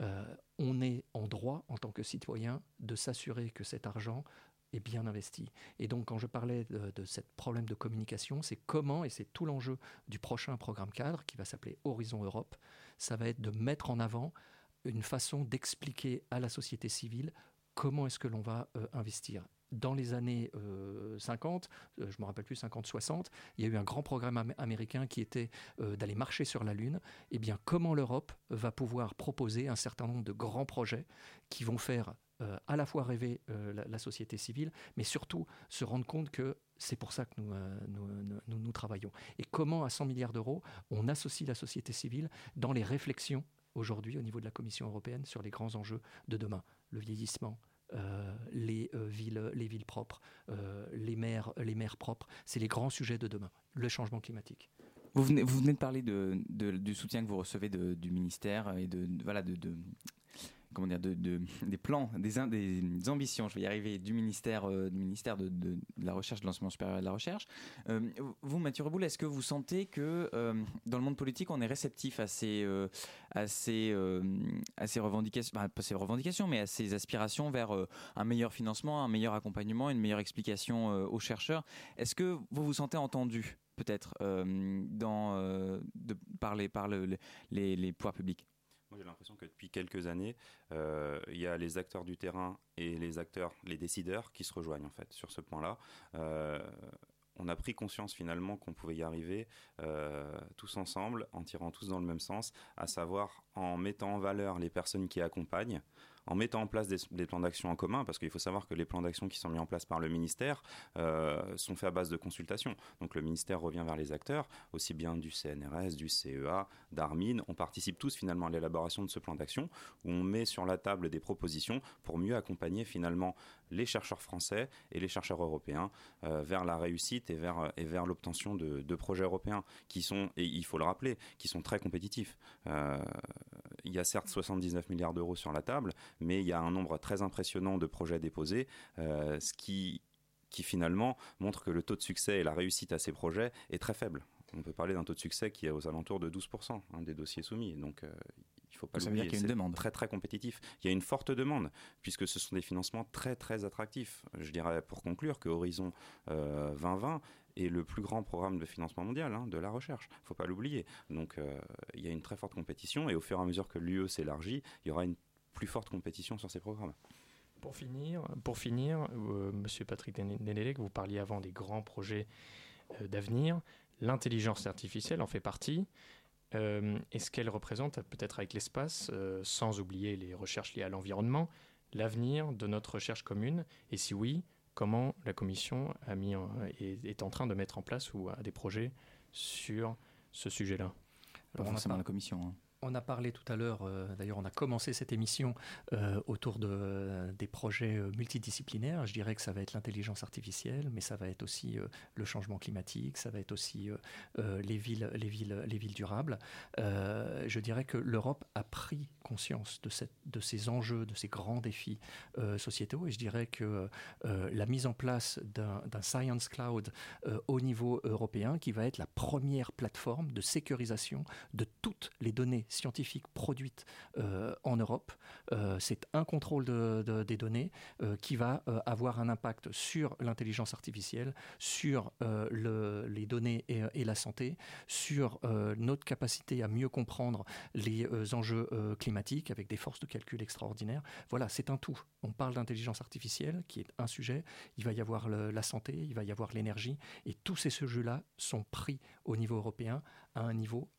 on est en droit, en tant que citoyen, de s'assurer que cet argent est bien investi. Et donc, quand je parlais de ce problème de communication, c'est comment, et c'est tout l'enjeu du prochain programme cadre, qui va s'appeler Horizon Europe, ça va être de mettre en avant une façon d'expliquer à la société civile comment est-ce que l'on va investir. Dans les années 50, je ne me rappelle plus, 50-60, il y a eu un grand programme américain qui était d'aller marcher sur la Lune. Eh bien, comment l'Europe va pouvoir proposer un certain nombre de grands projets qui vont faire à la fois rêver la société civile, mais surtout se rendre compte que c'est pour ça que nous travaillons. Et comment, à 100 milliards d'euros, on associe la société civile dans les réflexions aujourd'hui au niveau de la Commission européenne sur les grands enjeux de demain, le vieillissement, les villes propres, les mers propres, c'est les grands sujets de demain, le changement climatique. Vous venez de parler du soutien que vous recevez du ministère et des plans, des ambitions, je vais y arriver, du ministère de la recherche, de l'enseignement supérieur et de la recherche. Vous, Mathieu Reboul, est-ce que vous sentez que dans le monde politique, on est réceptif à ces revendications, pas ces revendications, mais à ces aspirations vers un meilleur financement, un meilleur accompagnement, une meilleure explication aux chercheurs? Est-ce que vous vous sentez entendu, peut-être, par les pouvoirs publics? Moi, j'ai l'impression que depuis quelques années, il y a les acteurs du terrain et les décideurs qui se rejoignent en fait sur ce point-là. On a pris conscience finalement qu'on pouvait y arriver tous ensemble, en tirant tous dans le même sens, à savoir en mettant en valeur les personnes qui accompagnent, en mettant en place des plans d'action en commun, parce qu'il faut savoir que les plans d'action qui sont mis en place par le ministère sont faits à base de consultation. Donc le ministère revient vers les acteurs, aussi bien du CNRS, du CEA, d'Armin. On participe tous finalement à l'élaboration de ce plan d'action, où on met sur la table des propositions pour mieux accompagner finalement les chercheurs français et les chercheurs européens vers la réussite et vers l'obtention de projets européens qui sont, et il faut le rappeler, qui sont très compétitifs. Il y a certes 79 milliards d'euros sur la table, mais il y a un nombre très impressionnant de projets déposés, ce qui finalement montre que le taux de succès et la réussite à ces projets est très faible. On peut parler d'un taux de succès qui est aux alentours de 12% des dossiers soumis. Donc, il ne faut pas l'oublier. Ça veut dire qu'il y a une demande. Très, très compétitif. Il y a une forte demande, puisque ce sont des financements très, très attractifs. Je dirais, pour conclure, que Horizon 2020 est le plus grand programme de financement mondial de la recherche. Il ne faut pas l'oublier. Donc, il y a une très forte compétition, et au fur et à mesure que l'UE s'élargit, il y aura une plus forte compétition sur ces programmes. Pour finir, Monsieur Patrick Nedelec, vous parliez avant des grands projets d'avenir. L'intelligence artificielle en fait partie. Est-ce qu'elle représente, peut-être avec l'espace, sans oublier les recherches liées à l'environnement, l'avenir de notre recherche commune? Et si oui, comment la Commission est en train de mettre en place ou a des projets sur ce sujet-là? Pas forcément la Commission. On a parlé tout à l'heure, d'ailleurs on a commencé cette émission autour des projets multidisciplinaires. Je dirais que ça va être l'intelligence artificielle, mais ça va être aussi le changement climatique, ça va être aussi les villes durables. Je dirais que l'Europe a pris conscience de ces enjeux, de ces grands défis sociétaux, et je dirais que la mise en place d'un Science Cloud au niveau européen, qui va être la première plateforme de sécurisation de toutes les données scientifiques produites en Europe. C'est un contrôle des données qui va avoir un impact sur l'intelligence artificielle, sur les données et la santé, sur notre capacité à mieux comprendre les enjeux climatiques avec des forces de calcul extraordinaires. Voilà, c'est un tout. On parle d'intelligence artificielle qui est un sujet, il va y avoir la santé, il va y avoir l'énergie, et tous ces sujets-là sont pris au niveau européen à un niveau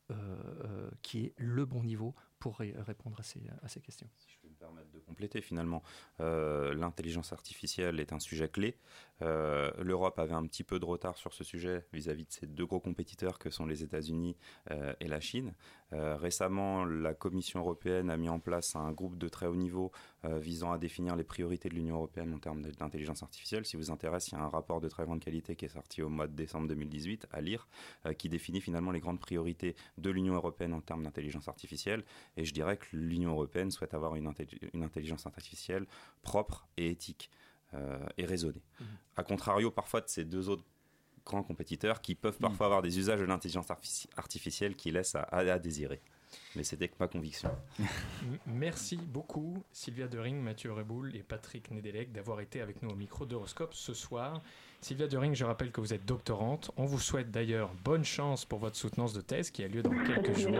qui est le bon niveau pour répondre à ces questions. Si je peux me permettre de compléter, finalement, l'intelligence artificielle est un sujet clé. L'Europe avait un petit peu de retard sur ce sujet vis-à-vis de ses deux gros compétiteurs que sont les États-Unis et la Chine. Récemment, la Commission européenne a mis en place un groupe de très haut niveau visant à définir les priorités de l'Union européenne en termes d'intelligence artificielle. Si vous intéresse, il y a un rapport de très grande qualité qui est sorti au mois de décembre 2018 à lire, qui définit finalement les grandes priorités de l'Union européenne en termes d'intelligence artificielle. Et je dirais que l'Union européenne souhaite avoir une intelligence artificielle propre et éthique et raisonnée. A contrario, parfois, de ces deux autres grands compétiteurs qui peuvent parfois avoir des usages de l'intelligence artificielle qui laissent à désirer. Mais c'était que ma conviction. Merci beaucoup Sylvia Dering, Mathieu Reboul et Patrick Nedelec d'avoir été avec nous au micro d'Horoscope ce soir. Sylvia Dering, je rappelle que vous êtes doctorante. On vous souhaite d'ailleurs bonne chance pour votre soutenance de thèse qui a lieu dans quelques jours.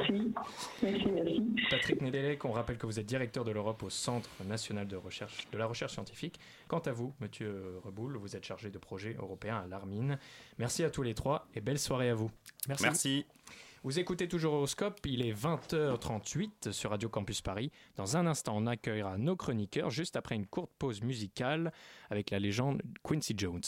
Merci. Patrick Nedelec, on rappelle que vous êtes directeur de l'Europe au Centre national de la recherche scientifique. Quant à vous, Mathieu Reboul, vous êtes chargé de projet européen à l'Armine. Merci à tous les trois et belle soirée à vous. Merci. Vous écoutez toujours Horoscope, il est 20h38 sur Radio Campus Paris. Dans un instant, on accueillera nos chroniqueurs juste après une courte pause musicale avec la légende Quincy Jones.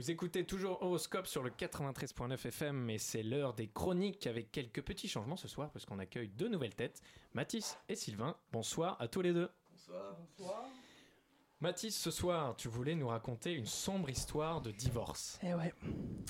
Vous écoutez toujours Horoscope sur le 93.9 FM et c'est l'heure des chroniques avec quelques petits changements ce soir parce qu'on accueille deux nouvelles têtes, Mathis et Sylvain. Bonsoir à tous les deux. Bonsoir. Mathis, ce soir, tu voulais nous raconter une sombre histoire de divorce. Eh ouais.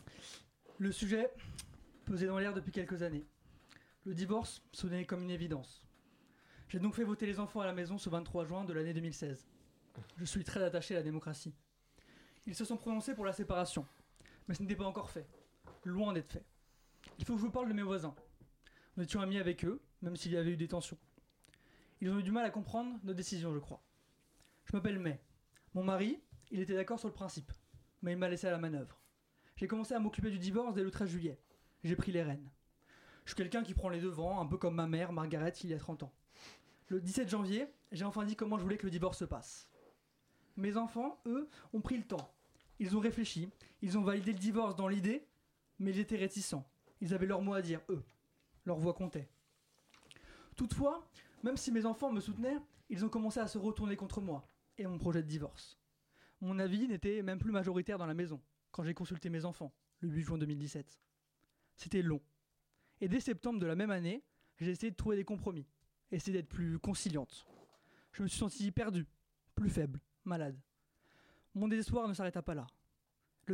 Le sujet pesait dans l'air depuis quelques années. Le divorce sonnait comme une évidence. J'ai donc fait voter les enfants à la maison ce 23 juin de l'année 2016. Je suis très attaché à la démocratie. Ils se sont prononcés pour la séparation, mais ce n'était pas encore fait. Loin d'être fait. Il faut que je vous parle de mes voisins. Nous étions amis avec eux, même s'il y avait eu des tensions. Ils ont eu du mal à comprendre nos décisions, je crois. Je m'appelle May. Mon mari, il était d'accord sur le principe, mais il m'a laissé à la manœuvre. J'ai commencé à m'occuper du divorce dès le 13 juillet. J'ai pris les rênes. Je suis quelqu'un qui prend les devants, un peu comme ma mère, Margaret, il y a 30 ans. Le 17 janvier, j'ai enfin dit comment je voulais que le divorce se passe. Mes enfants, eux, ont pris le temps. Ils ont réfléchi, ils ont validé le divorce dans l'idée, mais ils étaient réticents. Ils avaient leur mot à dire, eux. Leur voix comptait. Toutefois, même si mes enfants me soutenaient, ils ont commencé à se retourner contre moi et mon projet de divorce. Mon avis n'était même plus majoritaire dans la maison, quand j'ai consulté mes enfants, le 8 juin 2017. C'était long. Et dès septembre de la même année, j'ai essayé de trouver des compromis, essayer d'être plus conciliante. Je me suis senti perdu, plus faible, malade. Mon désespoir ne s'arrêta pas là. Le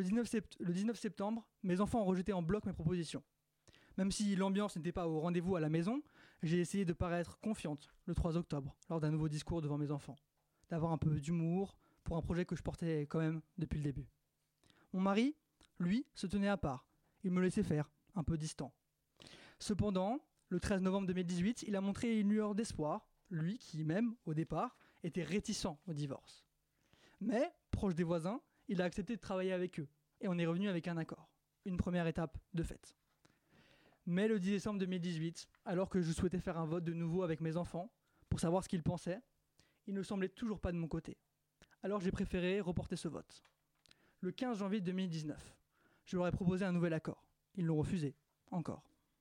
19 septembre, mes enfants ont rejeté en bloc mes propositions. Même si l'ambiance n'était pas au rendez-vous à la maison, j'ai essayé de paraître confiante le 3 octobre, lors d'un nouveau discours devant mes enfants. D'avoir un peu d'humour pour un projet que je portais quand même depuis le début. Mon mari, lui, se tenait à part. Il me laissait faire, un peu distant. Cependant, le 13 novembre 2018, il a montré une lueur d'espoir, lui qui, même, au départ, était réticent au divorce. Mais, proche des voisins, il a accepté de travailler avec eux, et on est revenu avec un accord. Une première étape de fait. Mais le 10 décembre 2018, alors que je souhaitais faire un vote de nouveau avec mes enfants, pour savoir ce qu'ils pensaient, il ne semblait toujours pas de mon côté. Alors j'ai préféré reporter ce vote. Le 15 janvier 2019, je leur ai proposé un nouvel accord. Ils l'ont refusé, encore.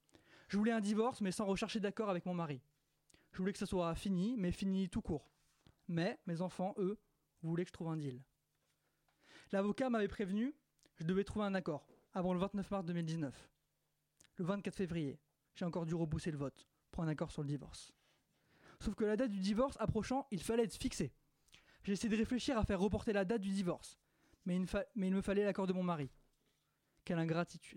Je voulais un divorce, mais sans rechercher d'accord avec mon mari. Je voulais que ça soit fini, mais fini tout court. Mais mes enfants, eux, voulaient que je trouve un deal. L'avocat m'avait prévenu, je devais trouver un accord, avant le 29 mars 2019. Le 24 février, j'ai encore dû repousser le vote pour un accord sur le divorce. Sauf que la date du divorce approchant, il fallait être fixé. J'ai essayé de réfléchir à faire reporter la date du divorce, mais il me fallait l'accord de mon mari. Quelle ingratitude.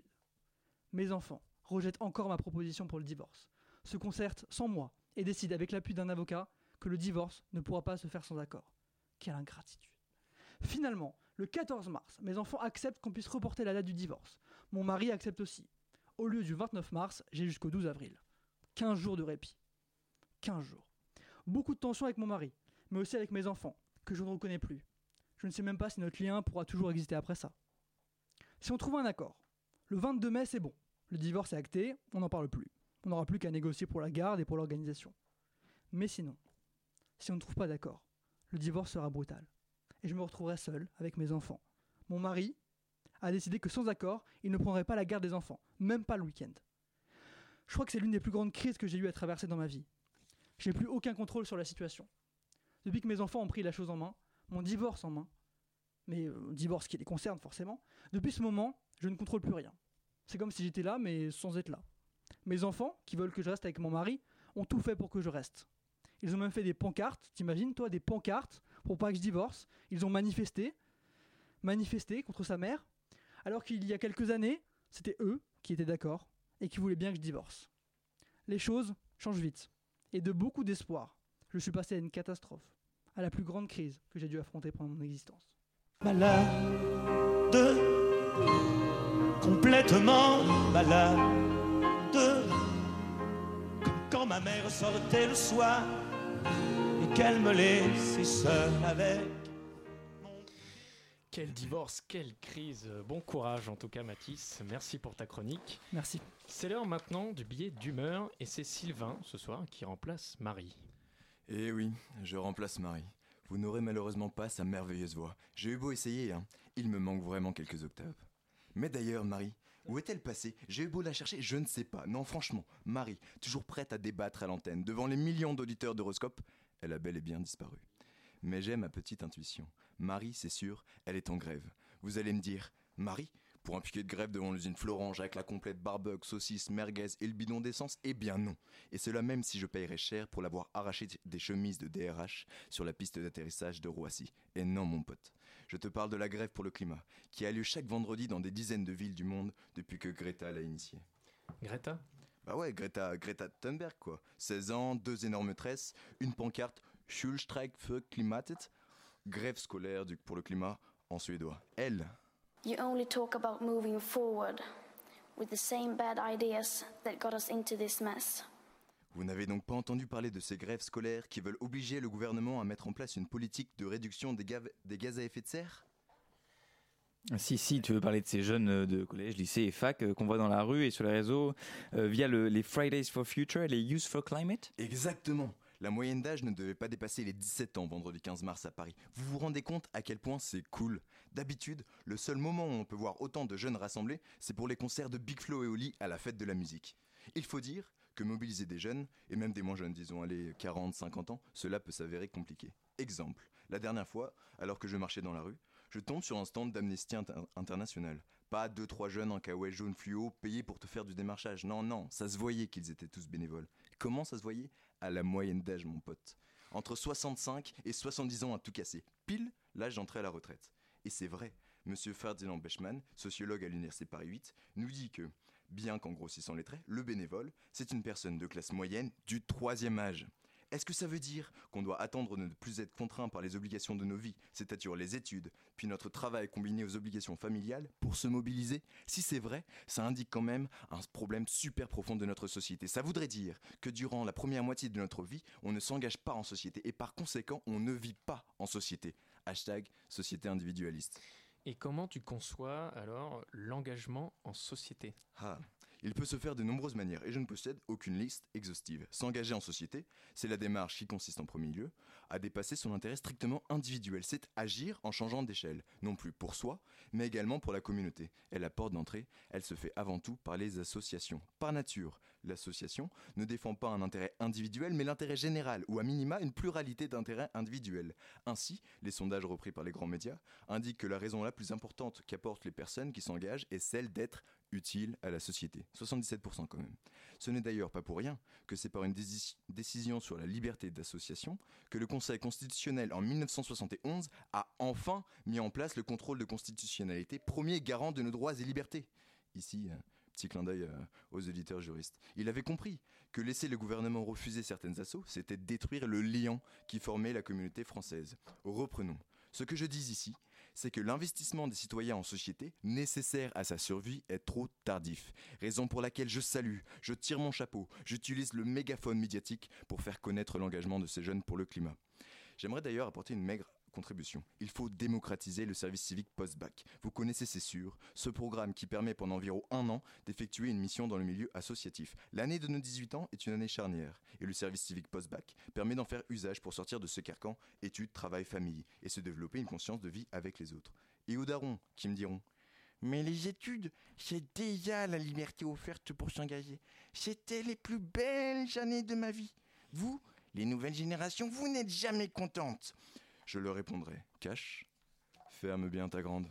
Mes enfants rejettent encore ma proposition pour le divorce, se concertent sans moi et décident avec l'appui d'un avocat que le divorce ne pourra pas se faire sans accord. Quelle ingratitude. Finalement, le 14 mars, mes enfants acceptent qu'on puisse reporter la date du divorce. Mon mari accepte aussi. Au lieu du 29 mars, j'ai jusqu'au 12 avril. 15 jours de répit. 15 jours. Beaucoup de tensions avec mon mari, mais aussi avec mes enfants, que je ne reconnais plus. Je ne sais même pas si notre lien pourra toujours exister après ça. Si on trouve un accord, le 22 mai, c'est bon. Le divorce est acté, on n'en parle plus. On n'aura plus qu'à négocier pour la garde et pour l'organisation. Mais sinon, si on ne trouve pas d'accord, le divorce sera brutal. Et je me retrouverai seul avec mes enfants. Mon mari a décidé que sans accord, il ne prendrait pas la garde des enfants, même pas le week-end. Je crois que c'est l'une des plus grandes crises que j'ai eu à traverser dans ma vie. Je n'ai plus aucun contrôle sur la situation. Depuis que mes enfants ont pris la chose en main, mon divorce en main, mais divorce qui les concerne forcément, depuis ce moment, je ne contrôle plus rien. C'est comme si j'étais là, mais sans être là. Mes enfants, qui veulent que je reste avec mon mari, ont tout fait pour que je reste. Ils ont même fait des pancartes, t'imagines toi, des pancartes pour pas que je divorce. Ils ont manifesté contre sa mère, alors qu'il y a quelques années, c'était eux qui étaient d'accord et qui voulaient bien que je divorce. Les choses changent vite. Et de beaucoup d'espoir, je suis passé à une catastrophe, à la plus grande crise que j'ai dû affronter pendant mon existence. Malade, complètement malade, comme quand ma mère sortait le soir et qu'elle me laissait seule avec. Quel divorce, quelle crise. Bon courage en tout cas Mathis, merci pour ta chronique. Merci. C'est l'heure maintenant du billet d'humeur et c'est Sylvain ce soir qui remplace Marie. Eh oui, je remplace Marie. Vous n'aurez malheureusement pas sa merveilleuse voix. J'ai eu beau essayer, hein. Il me manque vraiment quelques octaves. Mais d'ailleurs, Marie, où est-elle passée ? J'ai eu beau la chercher, je ne sais pas. Non, franchement, Marie, toujours prête à débattre à l'antenne, devant les millions d'auditeurs d'Horoscope, elle a bel et bien disparu. Mais j'ai ma petite intuition. Marie, c'est sûr, elle est en grève. Vous allez me dire, Marie, pour un piquet de grève devant l'usine Florange avec la complète barbecue, saucisse, merguez et le bidon d'essence? Eh bien non. Et cela même si je payerais cher pour l'avoir arraché des chemises de DRH sur la piste d'atterrissage de Roissy. Et non mon pote, je te parle de la grève pour le climat, qui a lieu chaque vendredi dans des dizaines de villes du monde depuis que Greta l'a initiée. Greta ? Bah ouais, Greta Thunberg quoi. 16 ans, 2 énormes tresses, une pancarte Schulstreik für Klimatet, grève scolaire pour le climat en suédois. Elle. You only talk about moving forward with the same bad ideas that got us into this mess. Vous n'avez donc pas entendu parler de ces grèves scolaires qui veulent obliger le gouvernement à mettre en place une politique de réduction des gaz à effet de serre ? Si, tu veux parler de ces jeunes de collège, lycée et fac qu'on voit dans la rue et sur les réseaux via les Fridays for Future et les Youth for Climate ? Exactement. La moyenne d'âge ne devait pas dépasser les 17 ans vendredi 15 mars à Paris. Vous vous rendez compte à quel point c'est cool ? D'habitude, le seul moment où on peut voir autant de jeunes rassemblés, c'est pour les concerts de Big Flo et Oli à la fête de la musique. Il faut dire que mobiliser des jeunes, et même des moins jeunes, disons, allez, 40, 50 ans, cela peut s'avérer compliqué. Exemple, la dernière fois, alors que je marchais dans la rue, je tombe sur un stand d'Amnesty International. Pas 2-3 jeunes en caouet jaune fluo payés pour te faire du démarchage. Non, ça se voyait qu'ils étaient tous bénévoles. Comment ça se voyait ? À la moyenne d'âge, mon pote. Entre 65 et 70 ans à tout casser. Pile l'âge d'entrée à la retraite. Et c'est vrai, monsieur Ferdinand Bechmann, sociologue à l'Université Paris 8, nous dit que, bien qu'en grossissant les traits, le bénévole, c'est une personne de classe moyenne du 3e âge. Est-ce que ça veut dire qu'on doit attendre de ne plus être contraint par les obligations de nos vies, c'est-à-dire les études, puis notre travail combiné aux obligations familiales, pour se mobiliser ? Si c'est vrai, ça indique quand même un problème super profond de notre société. Ça voudrait dire que durant la première moitié de notre vie, on ne s'engage pas en société et par conséquent, on ne vit pas en société. Hashtag société individualiste. Et comment tu conçois alors l'engagement en société ? Il peut se faire de nombreuses manières et je ne possède aucune liste exhaustive. S'engager en société, c'est la démarche qui consiste en premier lieu à dépasser son intérêt strictement individuel. C'est agir en changeant d'échelle, non plus pour soi, mais également pour la communauté. Et la porte d'entrée, elle se fait avant tout par les associations. Par nature, l'association ne défend pas un intérêt individuel, mais l'intérêt général, ou à minima une pluralité d'intérêts individuels. Ainsi, les sondages repris par les grands médias indiquent que la raison la plus importante qu'apportent les personnes qui s'engagent est celle d'être utile à la société. 77% quand même. Ce n'est d'ailleurs pas pour rien que c'est par une décision sur la liberté d'association que le Conseil constitutionnel en 1971 a enfin mis en place le contrôle de constitutionnalité, premier garant de nos droits et libertés. Ici, petit clin d'œil aux auditeurs juristes. Il avait compris que laisser le gouvernement refuser certaines assos, c'était détruire le lien qui formait la communauté française. Reprenons. Ce que je dis ici, c'est que l'investissement des citoyens en société, nécessaire à sa survie, est trop tardif. Raison pour laquelle je salue, je tire mon chapeau, j'utilise le mégaphone médiatique pour faire connaître l'engagement de ces jeunes pour le climat. J'aimerais d'ailleurs apporter une maigre contribution. Il faut démocratiser le service civique post-bac. Vous connaissez, c'est sûr, ce programme qui permet pendant environ 1 an d'effectuer une mission dans le milieu associatif. L'année de nos 18 ans est une année charnière et le service civique post-bac permet d'en faire usage pour sortir de ce carcan études, travail, famille et se développer une conscience de vie avec les autres. Et aux darons qui me diront: mais les études, c'est déjà la liberté offerte pour s'engager. C'était les plus belles années de ma vie. Vous, les nouvelles générations, vous n'êtes jamais contentes. Je leur répondrai: cache, ferme bien ta grande.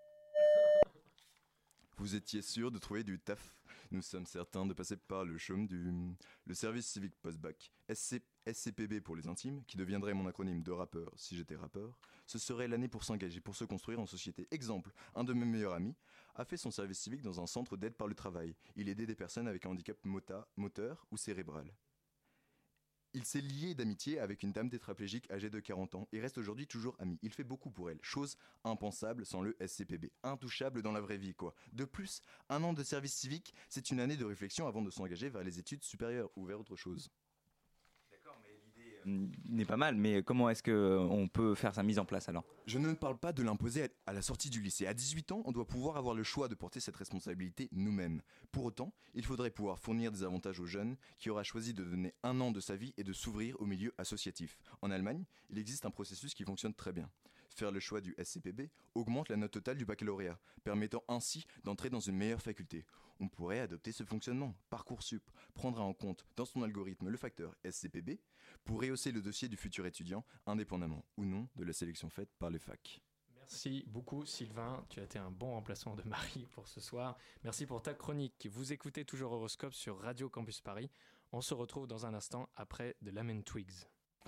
Vous étiez sûr de trouver du taf. Nous sommes certains de passer par le chaume le service civique post-bac. SCPB pour les intimes, qui deviendrait mon acronyme de rappeur si j'étais rappeur. Ce serait l'année pour s'engager, pour se construire en société. Exemple, un de mes meilleurs amis a fait son service civique dans un centre d'aide par le travail. Il aidait des personnes avec un handicap moteur ou cérébral. Il s'est lié d'amitié avec une dame tétraplégique âgée de 40 ans et reste aujourd'hui toujours ami. Il fait beaucoup pour elle, chose impensable sans le SCPB. Intouchable dans la vraie vie, quoi. De plus, 1 an de service civique, c'est une année de réflexion avant de s'engager vers les études supérieures ou vers autre chose. D'accord, mais l'idée n'est pas mal, mais comment est-ce qu'on peut faire sa mise en place alors ? Je ne parle pas de l'imposer à la sortie du lycée. À 18 ans, on doit pouvoir avoir le choix de porter cette responsabilité nous-mêmes. Pour autant, il faudrait pouvoir fournir des avantages aux jeunes qui aura choisi de donner 1 an de sa vie et de s'ouvrir au milieu associatif. En Allemagne, il existe un processus qui fonctionne très bien. Faire le choix du SCPB augmente la note totale du baccalauréat, permettant ainsi d'entrer dans une meilleure faculté. On pourrait adopter ce fonctionnement. Parcoursup prendra en compte dans son algorithme le facteur SCPB pour rehausser le dossier du futur étudiant, indépendamment ou non de la sélection faite par les facs. Merci beaucoup Sylvain, tu as été un bon remplaçant de Marie pour ce soir. Merci pour ta chronique. Vous écoutez toujours Horoscope sur Radio Campus Paris. On se retrouve dans un instant après The Lemon Twigs.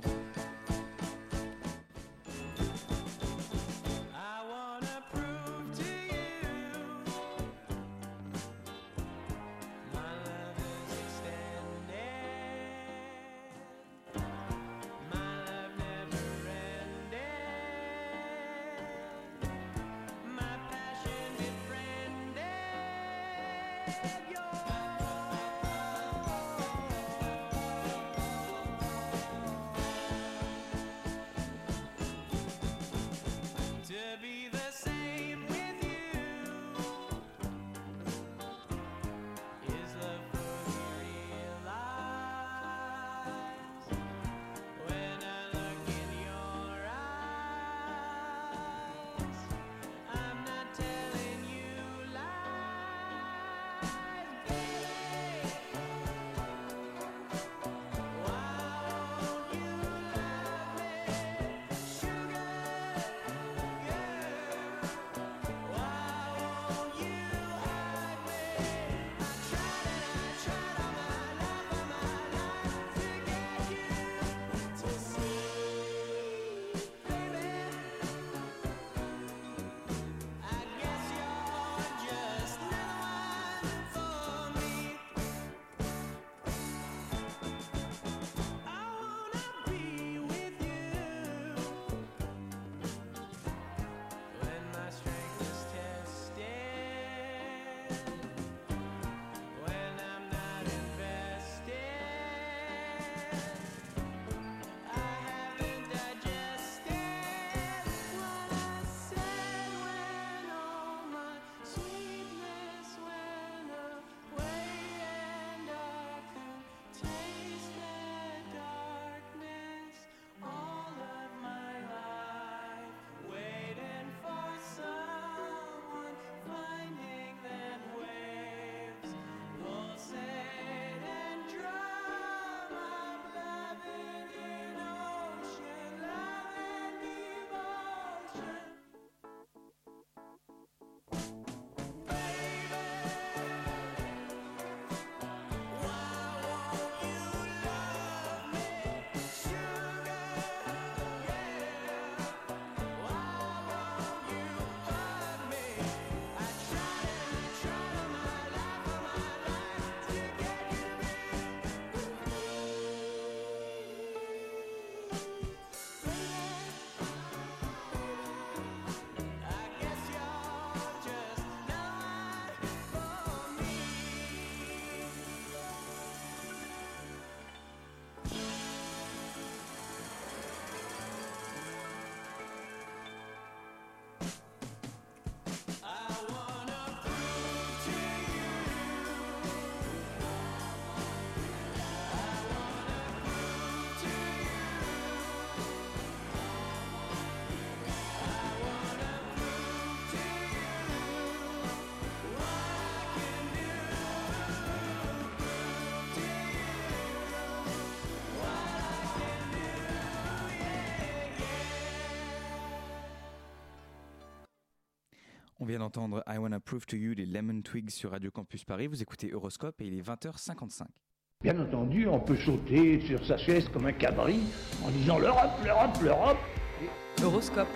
On vient d'entendre I Wanna Prove to You des Lemon Twigs sur Radio Campus Paris. Vous écoutez Horoscope et il est 20h55. Bien entendu, on peut sauter sur sa chaise comme un cabri en disant l'Europe, l'Europe, l'Europe. Horoscope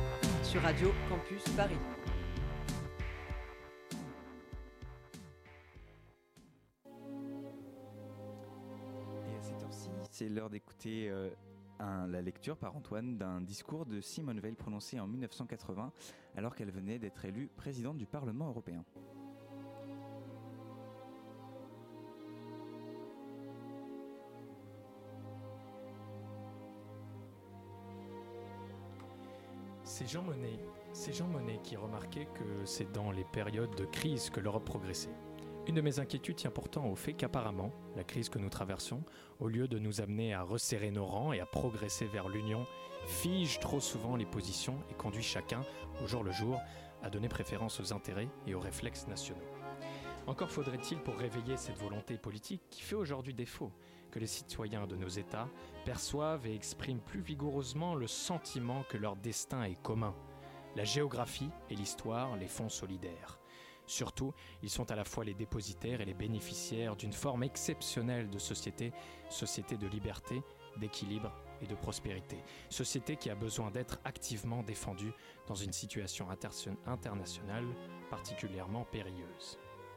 sur Radio Campus Paris. Et à cette heure-ci, c'est l'heure d'écouter la lecture par Antoine d'un discours de Simone Veil prononcé en 1980 alors qu'elle venait d'être élue présidente du Parlement européen. C'est Jean Monnet qui remarquait que c'est dans les périodes de crise que l'Europe progressait. Une de mes inquiétudes tient pourtant au fait qu'apparemment, la crise que nous traversons, au lieu de nous amener à resserrer nos rangs et à progresser vers l'union, fige trop souvent les positions et conduit chacun, au jour le jour, à donner préférence aux intérêts et aux réflexes nationaux. Encore faudrait-il pour réveiller cette volonté politique qui fait aujourd'hui défaut, que les citoyens de nos États perçoivent et expriment plus vigoureusement le sentiment que leur destin est commun, La géographie et l'histoire les font solidaires. Surtout, ils sont à la fois les dépositaires et les bénéficiaires d'une forme exceptionnelle de société de liberté, d'équilibre et de prospérité. Société qui a besoin d'être activement défendue dans une situation internationale particulièrement périlleuse.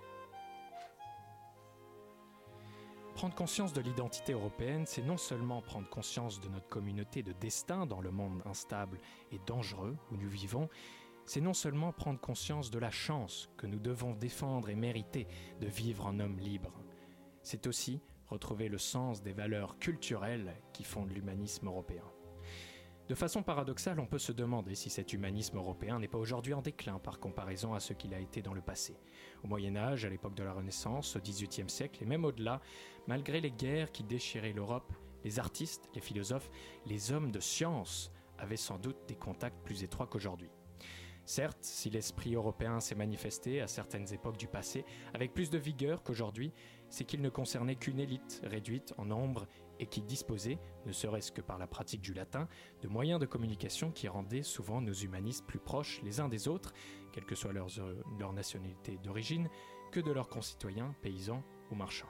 Prendre conscience de l'identité européenne, c'est non seulement prendre conscience de notre communauté de destin dans le monde instable et dangereux où nous vivons, c'est non seulement prendre conscience de la chance que nous devons défendre et mériter de vivre en homme libre, c'est aussi retrouver le sens des valeurs culturelles qui fondent l'humanisme européen. De façon paradoxale, on peut se demander si cet humanisme européen n'est pas aujourd'hui en déclin par comparaison à ce qu'il a été dans le passé. Au Moyen-Âge, à l'époque de la Renaissance, au XVIIIe siècle et même au-delà, malgré les guerres qui déchiraient l'Europe, les artistes, les philosophes, les hommes de science avaient sans doute des contacts plus étroits qu'aujourd'hui. Certes, si l'esprit européen s'est manifesté à certaines époques du passé avec plus de vigueur qu'aujourd'hui, c'est qu'il ne concernait qu'une élite réduite en nombre et qui disposait, ne serait-ce que par la pratique du latin, de moyens de communication qui rendaient souvent nos humanistes plus proches les uns des autres, quelle que soit leur nationalité d'origine, que de leurs concitoyens, paysans ou marchands.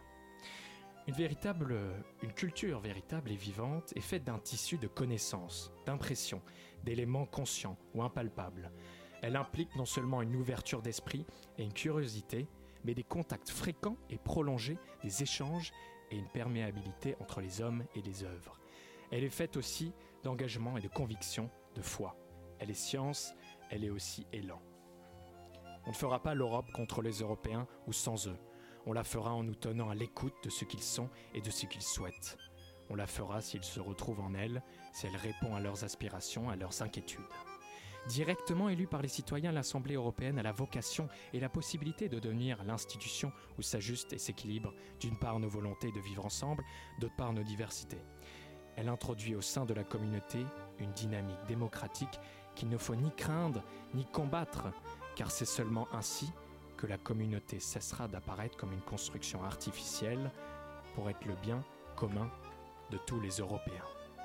Une culture véritable et vivante est faite d'un tissu de connaissances, d'impressions, d'éléments conscients ou impalpables. Elle implique non seulement une ouverture d'esprit et une curiosité, mais des contacts fréquents et prolongés, des échanges et une perméabilité entre les hommes et les œuvres. Elle est faite aussi d'engagement et de conviction, de foi. Elle est science, elle est aussi élan. On ne fera pas l'Europe contre les Européens ou sans eux. On la fera en nous tenant à l'écoute de ce qu'ils sont et de ce qu'ils souhaitent. On la fera s'ils se retrouvent en elle, si elle répond à leurs aspirations, à leurs inquiétudes. Directement élue par les citoyens, l'Assemblée européenne a la vocation et la possibilité de devenir l'institution où s'ajustent et s'équilibrent d'une part nos volontés de vivre ensemble, d'autre part nos diversités. Elle introduit au sein de la communauté une dynamique démocratique qu'il ne faut ni craindre ni combattre, car c'est seulement ainsi que la communauté cessera d'apparaître comme une construction artificielle pour être le bien commun de tous les Européens.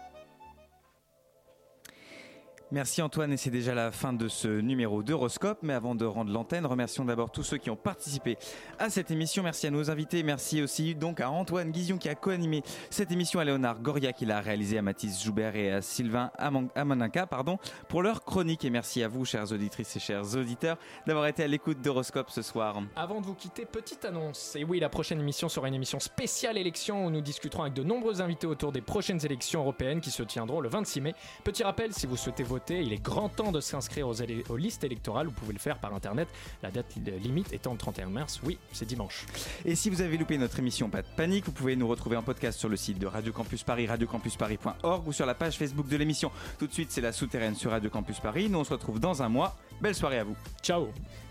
Merci Antoine, et c'est déjà la fin de ce numéro d'Euroscope. Mais avant de rendre l'antenne, remercions d'abord tous ceux qui ont participé à cette émission. Merci à nos invités, merci aussi donc à Antoine Guizion qui a co-animé cette émission, à Léonard Goria qui l'a réalisé, à Mathis Joubert et à Sylvain Amanaka pour leur chronique. Et merci à vous, chères auditrices et chers auditeurs, d'avoir été à l'écoute d'Euroscope ce soir. Avant de vous quitter, petite annonce. Et oui, la prochaine émission sera une émission spéciale élection où nous discuterons avec de nombreux invités autour des prochaines élections européennes qui se tiendront le 26 mai. Petit rappel, si vous souhaitez voter, il est grand temps de s'inscrire aux listes électorales. Vous pouvez le faire par internet, la date limite étant le 31 mars. Oui, c'est dimanche. Et si vous avez loupé notre émission, pas de panique, vous pouvez nous retrouver en podcast sur le site de Radio Campus Paris, radiocampusparis.org, ou sur la page Facebook de l'émission. Tout de suite, c'est La Souterraine sur Radio Campus Paris. Nous, on se retrouve dans un mois. Belle soirée à vous. Ciao.